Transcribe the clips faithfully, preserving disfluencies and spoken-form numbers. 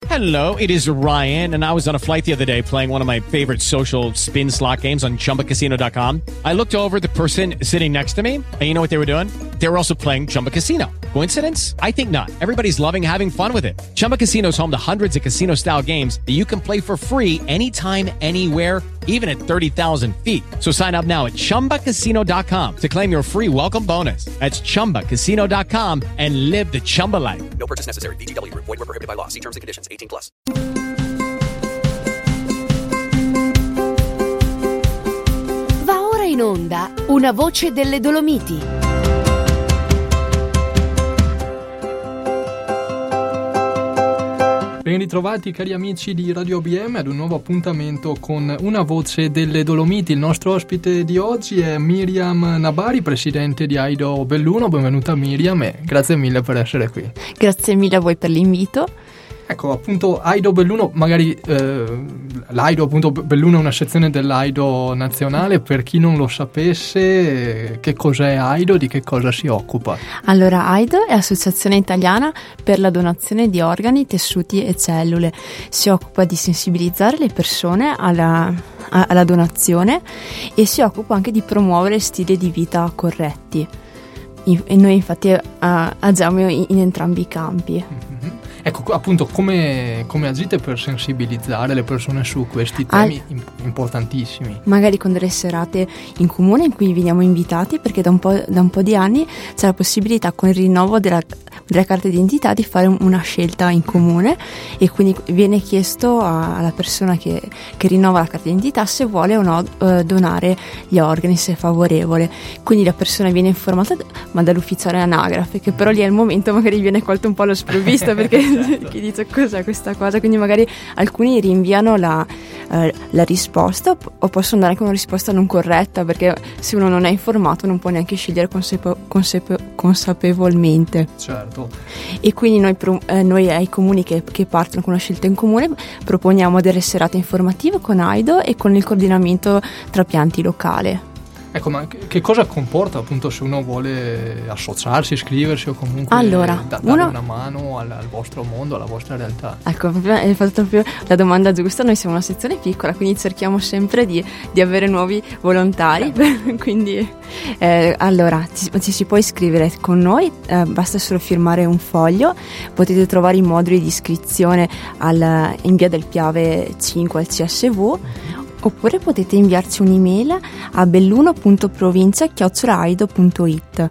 Hello, it is Ryan, and I was on a flight the other day playing one of my favorite social spin slot games on Chumba Casino dot com. I looked over at the person sitting next to me, and you know what they were doing? They were also playing Chumba Casino. Coincidence? I think not. Everybody's loving having fun with it. Chumba Casino is home to hundreds of casino-style games that you can play for free anytime, anywhere, even at thirty thousand feet. So sign up now at Chumba Casino dot com to claim your free welcome bonus. That's Chumba Casino dot com and live the Chumba life. No purchase necessary. V G W. Void where prohibited by law. See terms and conditions. eighteen plus. Va ora in onda Una voce delle Dolomiti. Ben ritrovati cari amici di Radio B M ad un nuovo appuntamento con Una voce delle Dolomiti. Il nostro ospite di oggi è Miriam Nabari, presidente di Aido Belluno. Benvenuta Miriam e grazie mille per essere qui. Grazie mille a voi per l'invito. Ecco, appunto Aido Belluno, magari eh, l'Aido appunto Belluno è una sezione dell'Aido nazionale. Per chi non lo sapesse, che cos'è Aido, di che cosa si occupa? Allora, Aido è Associazione Italiana per la donazione di organi, tessuti e cellule. Si occupa di sensibilizzare le persone alla, a, alla donazione e si occupa anche di promuovere stili di vita corretti. E noi infatti uh, agiamo in, in entrambi i campi. Mm-hmm. Ecco, appunto, come, come agite per sensibilizzare le persone su questi temi Al... importantissimi? Magari con delle serate in comune in cui veniamo invitati, perché da un po', da un po' di anni c'è la possibilità con il rinnovo della, della carta d'identità di fare una scelta in comune, e quindi viene chiesto a, alla persona che, che rinnova la carta d'identità se vuole o no eh, donare gli organi, se è favorevole. Quindi la persona viene informata ma dall'ufficiale anagrafe, che però lì al momento magari viene colto un po' allo sprovvisto perché chi dice cos'è questa cosa, quindi magari alcuni rinviano la, eh, la risposta, o possono dare anche una risposta non corretta, perché se uno non è informato non può neanche scegliere consape- consape- consapevolmente. Certo. E quindi noi, pro- eh, noi ai comuni che, che partono con una scelta in comune proponiamo delle serate informative con Aido e con il coordinamento trapianti locale. Ecco, ma che cosa comporta appunto se uno vuole associarsi, iscriversi o comunque allora, da, dare uno... una mano al, al vostro mondo, alla vostra realtà? Ecco, hai fatto proprio la domanda giusta. Noi siamo una sezione piccola, quindi cerchiamo sempre di, di avere nuovi volontari. Eh. quindi eh, allora ci, ci si può iscrivere con noi, eh, basta solo firmare un foglio. Potete trovare i moduli di iscrizione al, in via del Piave cinque al C S V. Oppure potete inviarci un'email a belluno punto provincia chiocciola aido punto it.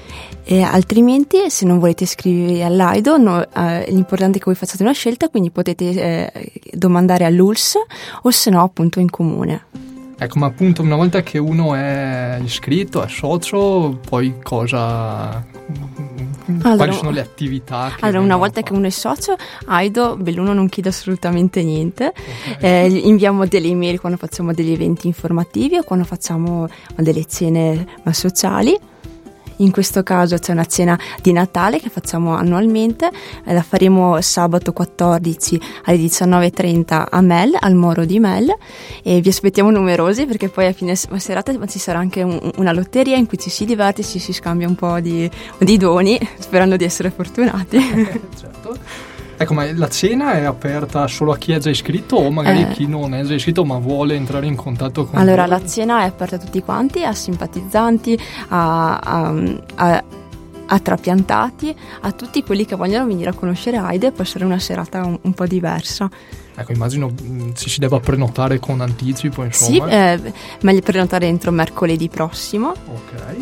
E altrimenti, se non volete iscrivervi all'Aido, no, eh, l'importante è che voi facciate una scelta, quindi potete eh, domandare all'U L S o se no appunto in comune. Ecco, ma appunto una volta che uno è iscritto, è socio, poi cosa... Allora, quali sono le attività che allora una volta fare? Che uno è socio, Aido Belluno non chiede assolutamente niente. Okay. Eh, inviamo delle email quando facciamo degli eventi informativi o quando facciamo delle cene sociali. In questo caso c'è una cena di Natale che facciamo annualmente, eh, la faremo sabato quattordici alle diciannove e trenta a Mel, al Moro di Mel, e vi aspettiamo numerosi, perché poi a fine serata ci sarà anche un, una lotteria in cui ci si diverte, ci si scambia un po' di, di doni, sperando di essere fortunati. Certo. Ecco, ma la cena è aperta solo a chi è già iscritto o magari eh, chi non è già iscritto ma vuole entrare in contatto con allora voi? La cena è aperta a tutti quanti, a simpatizzanti, a, a, a, a trapiantati, a tutti quelli che vogliono venire a conoscere Aido, e può essere una serata un, un po' diversa. Ecco, immagino mh, ci si debba prenotare con anticipo, insomma. Sì, eh, meglio prenotare entro mercoledì prossimo. Ok.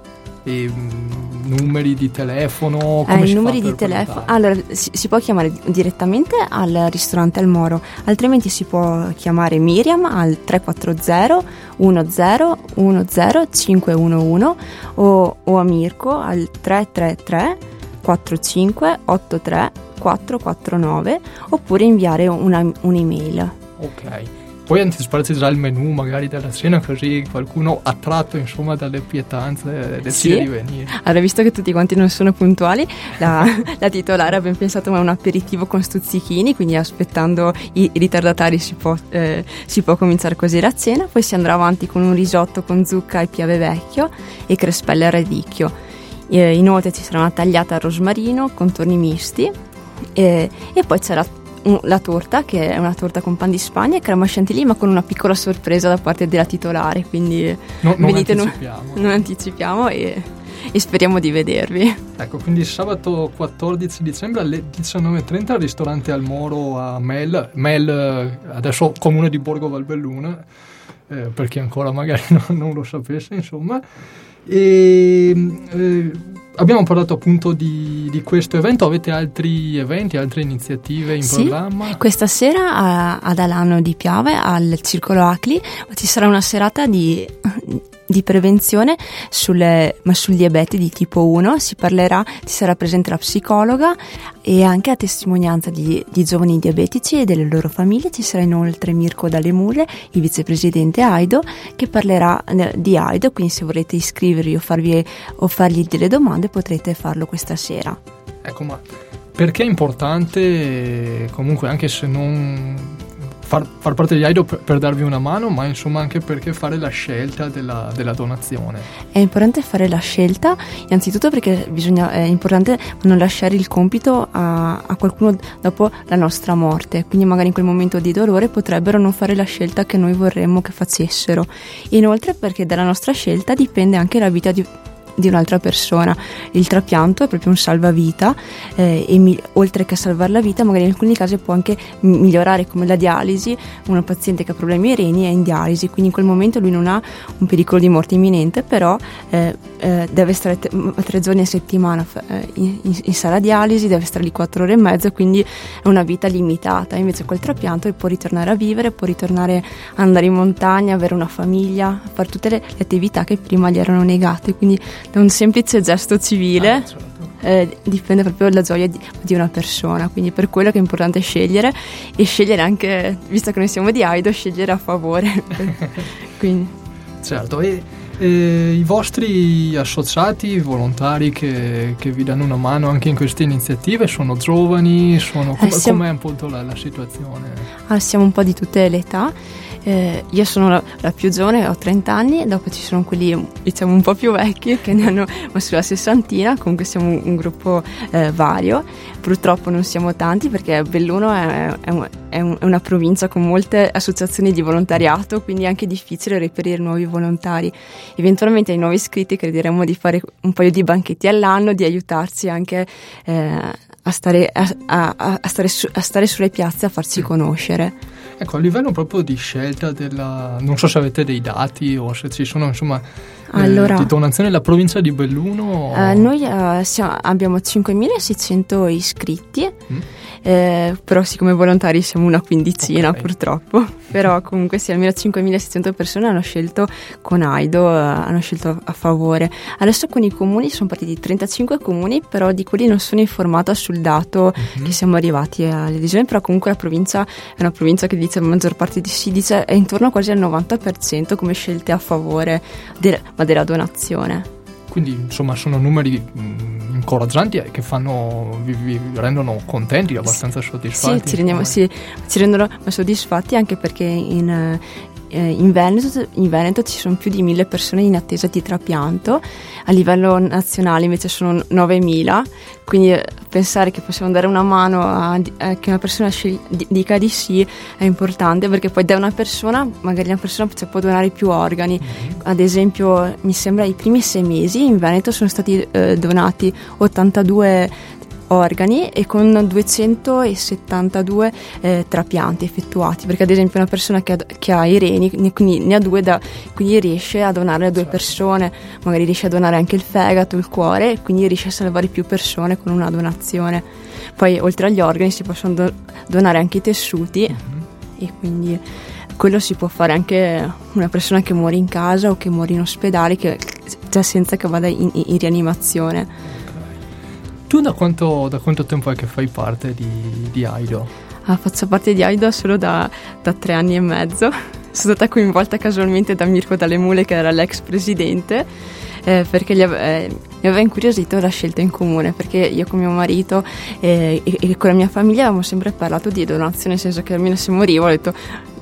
E mh, numeri di telefono? Come Eh, si I fa numeri per di telefono, prenotare? allora si, si può chiamare direttamente al ristorante Al Moro, altrimenti si può chiamare Miriam al tre quattro zero uno zero uno zero cinque uno uno o, o a Mirko al tre tre tre quattro cinque otto tre quattro quattro nove, oppure inviare una, un'email. Ok. Puoi anticiparci già il menù magari della cena, così qualcuno attratto insomma dalle pietanze decide Sì. di venire. Allora, visto che tutti quanti non sono puntuali, la, la titolare ha ben pensato a un aperitivo con stuzzichini, quindi aspettando i, i ritardatari si può, eh, si può cominciare così la cena. Poi si andrà avanti con un risotto con zucca e piave vecchio e crespelle a radicchio. Eh, inoltre ci sarà una tagliata al rosmarino, contorni misti, eh, e poi c'era un, la torta, che è una torta con pan di Spagna e crema chantilly, ma con una piccola sorpresa da parte della titolare, quindi no, non venite, anticipiamo. Non, non anticipiamo e, e speriamo di vedervi. Ecco, quindi sabato quattordici dicembre alle diciannove e trenta al ristorante Al Moro a Mel, Mel adesso comune di Borgo Valbelluna, eh, per chi ancora magari non, non lo sapesse, insomma. E eh, abbiamo parlato appunto di, di questo evento. Avete altri eventi, altre iniziative in sì, programma? Questa sera a, ad Alano di Piave al Circolo Acli ci sarà una serata di, di prevenzione sulle, ma sul diabete di tipo uno. Si parlerà, ci sarà presente la psicologa e anche a testimonianza di, di giovani diabetici e delle loro famiglie. Ci sarà inoltre Mirko Dalle Mure, il vicepresidente AIDO, che parlerà di AIDO, quindi se volete iscrivervi o, farvi, o fargli delle domande potrete farlo questa sera. Ecco, ma perché è importante, comunque, anche se non far, far parte di AIDO per, per darvi una mano, ma insomma anche perché fare la scelta della, della donazione? È importante fare la scelta innanzitutto perché bisogna, è importante non lasciare il compito a, a qualcuno dopo la nostra morte, quindi magari in quel momento di dolore potrebbero non fare la scelta che noi vorremmo che facessero. Inoltre perché dalla nostra scelta dipende anche la vita di di un'altra persona. Il trapianto è proprio un salvavita eh, e mi, oltre che a salvare la vita magari in alcuni casi può anche migliorare, come la dialisi. Una paziente che ha problemi ai reni è in dialisi, quindi in quel momento lui non ha un pericolo di morte imminente, però eh, eh, deve stare t- tre giorni a settimana eh, in, in sala dialisi, deve stare lì quattro ore e mezzo, quindi è una vita limitata. Invece col trapianto può ritornare a vivere, può ritornare a andare in montagna, avere una famiglia, fare tutte le, le attività che prima gli erano negate, quindi da un semplice gesto civile ah, certo. eh, dipende proprio dalla gioia di, di una persona, quindi per quello che è importante scegliere e scegliere anche, visto che noi siamo di AIDO, scegliere a favore. Quindi. Certo, e, e i vostri associati, volontari che, che vi danno una mano anche in queste iniziative sono giovani, sono, com- eh, siamo, com'è un po' la, la situazione? Ah, siamo un po' di tutte le età. Eh, io sono la, la più giovane, ho trenta anni, e dopo ci sono quelli diciamo un po' più vecchi che ne hanno ma sulla sessantina. Comunque siamo un, un gruppo eh, vario. Purtroppo non siamo tanti perché Belluno è, è, un, è, un, è una provincia con molte associazioni di volontariato, quindi è anche difficile reperire nuovi volontari. Eventualmente ai nuovi iscritti crederemo di fare un paio di banchetti all'anno, di aiutarci anche eh, a, stare, a, a, a, stare su, a stare sulle piazze, a farci conoscere. Ecco, a livello proprio di scelta della, non so se avete dei dati o se ci sono insomma allora, eh, di donazione, la provincia di Belluno. Eh, noi eh, siamo, abbiamo cinquemilaseicento iscritti, mm. eh, però siccome volontari siamo una quindicina, okay, purtroppo, però comunque sì, almeno cinquemilaseicento persone hanno scelto con AIDO, eh, hanno scelto a favore. Adesso con i comuni sono partiti trentacinque comuni, però di quelli non sono informata sul dato mm-hmm. che siamo arrivati all'adesione, però comunque la provincia è una provincia che dice la maggior parte di si dice è intorno a quasi al novanta per cento come scelte a favore del, ma della donazione. Quindi insomma sono numeri mh, incoraggianti e che fanno vi, vi rendono contenti, abbastanza soddisfatti. Sì, ci, rendiamo, sì, ci rendono soddisfatti anche perché in, eh, in, Veneto, in Veneto ci sono più di mille persone in attesa di trapianto, a livello nazionale invece sono novemila, quindi pensare che possiamo dare una mano a, a che una persona scegli, dica di sì è importante, perché poi da una persona magari una persona cioè, può donare più organi. Mm-hmm. Ad esempio mi sembra i primi sei mesi in Veneto sono stati eh, donati ottantadue organi e con duecentosettantadue eh, trapianti effettuati, perché ad esempio una persona che ha, che ha i reni ne, quindi ne ha due da, quindi riesce a donare a due persone, magari riesce a donare anche il fegato, il cuore, e quindi riesce a salvare più persone con una donazione. Poi oltre agli organi si possono do, donare anche i tessuti, mm-hmm. e quindi quello si può fare anche una persona che muore in casa o che muore in ospedale, che già senza che vada in, in rianimazione. Tu da quanto, da quanto tempo è che fai parte di, di AIDO? Ah, faccio parte di AIDO solo da, da tre anni e mezzo. Sono stata coinvolta casualmente da Mirko Dalle Mure, che era l'ex presidente, eh, perché gli ave, eh, mi aveva incuriosito la scelta in comune, perché io con mio marito eh, e, e con la mia famiglia avevamo sempre parlato di donazione, nel senso che almeno se morivo ho detto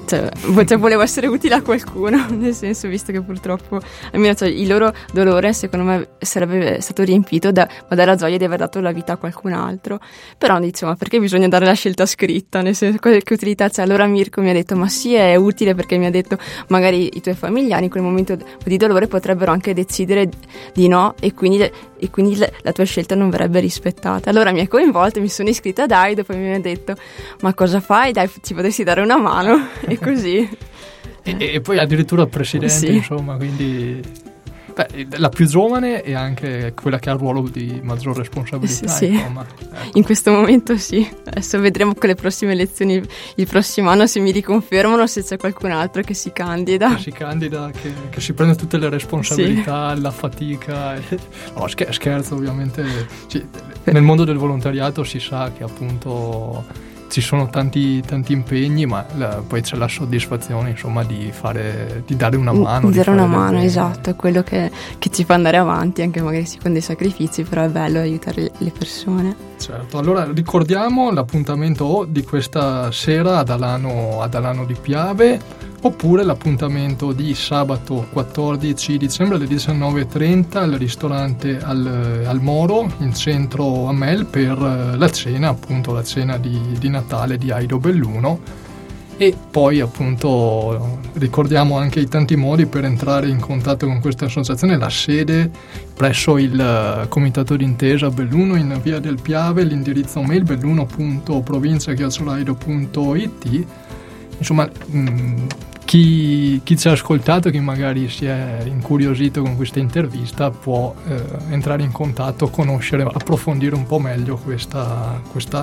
cioè, cioè, volevo essere utile a qualcuno, nel senso, visto che purtroppo almeno cioè, il loro dolore secondo me sarebbe stato riempito da, ma dalla gioia di aver dato la vita a qualcun altro. Però insomma, perché bisogna dare la scelta scritta, nel senso, che utilità c'è? Allora Mirko mi ha detto ma sì, è utile, perché mi ha detto magari i tuoi familiari in quel momento di dolore potrebbero anche decidere di no, e quindi, e quindi la, la tua scelta non verrebbe rispettata. Allora mi ha coinvolto, mi sono iscritta ad Aido, poi mi ha detto ma cosa fai? Dai, ci potresti dare una mano. E così. E, e poi addirittura il presidente, sì. Insomma, quindi beh, la più giovane e anche quella che ha il ruolo di maggior responsabilità, sì, insomma. Sì. Ecco. In questo momento sì. Adesso vedremo con le prossime elezioni il prossimo anno se mi riconfermano, se c'è qualcun altro che si candida. Che si candida, che, che si prende tutte le responsabilità, sì. La fatica. E... No, scherzo, ovviamente. Sì, nel mondo del volontariato si sa che appunto ci sono tanti, tanti impegni, ma la, poi c'è la soddisfazione, insomma, di fare, di dare una mano. Di dare una mano, bene. Esatto, è quello che, che ci fa andare avanti, anche magari sì, con dei sacrifici, però è bello aiutare le persone. Certo, allora ricordiamo l'appuntamento di questa sera ad Alano, ad Alano di Piave, oppure l'appuntamento di sabato quattordici dicembre alle diciannove e trenta al ristorante al, al Moro in centro a Mel per la cena, appunto la cena di, di Natale di Aido Belluno. E poi appunto ricordiamo anche i tanti modi per entrare in contatto con questa associazione, la sede presso il comitato d'intesa Belluno in via del Piave, l'indirizzo mail belluno punto provincia chiocciola aido punto it. Insomma, mh, chi, chi ci ha ascoltato, chi magari si è incuriosito con questa intervista, può eh, entrare in contatto, conoscere, approfondire un po' meglio questa, questa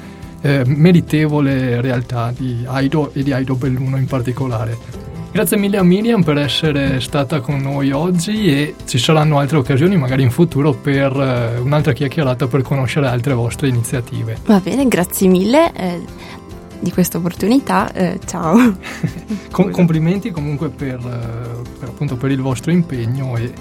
eh, meritevole realtà di Aido e di Aido Belluno in particolare. Grazie mille a Miriam per essere stata con noi oggi, e ci saranno altre occasioni magari in futuro per eh, un'altra chiacchierata per conoscere altre vostre iniziative. Va bene, grazie mille eh, di questa opportunità, eh, ciao. Com- complimenti comunque per, per, appunto, per il vostro impegno e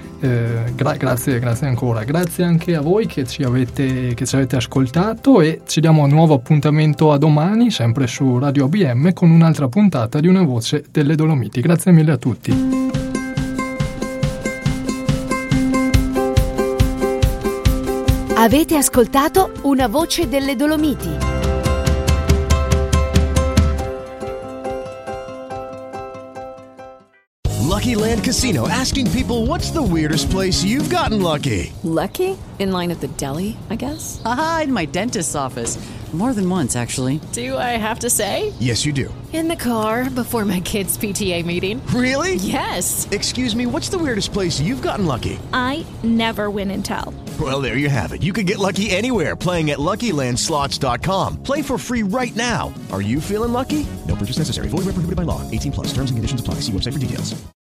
eh, gra- grazie, grazie ancora. Grazie anche a voi che ci avete, che ci avete ascoltato, e ci diamo un nuovo appuntamento a domani, sempre su Radio A B M, con un'altra puntata di Una Voce delle Dolomiti. Grazie mille a tutti. Avete ascoltato Una Voce delle Dolomiti. Lucky Land Casino, asking people, what's the weirdest place you've gotten lucky? Lucky? In line at the deli, I guess? Aha, in my dentist's office. More than once, actually. Do I have to say? Yes, you do. In the car before my kids' P T A meeting. Really? Yes. Excuse me, what's the weirdest place you've gotten lucky? I never win and tell. Well, there you have it. You can get lucky anywhere, playing at Lucky Land Slots dot com. Play for free right now. Are you feeling lucky? No purchase necessary. Void where prohibited by law. eighteen plus. Terms and conditions apply. See website for details.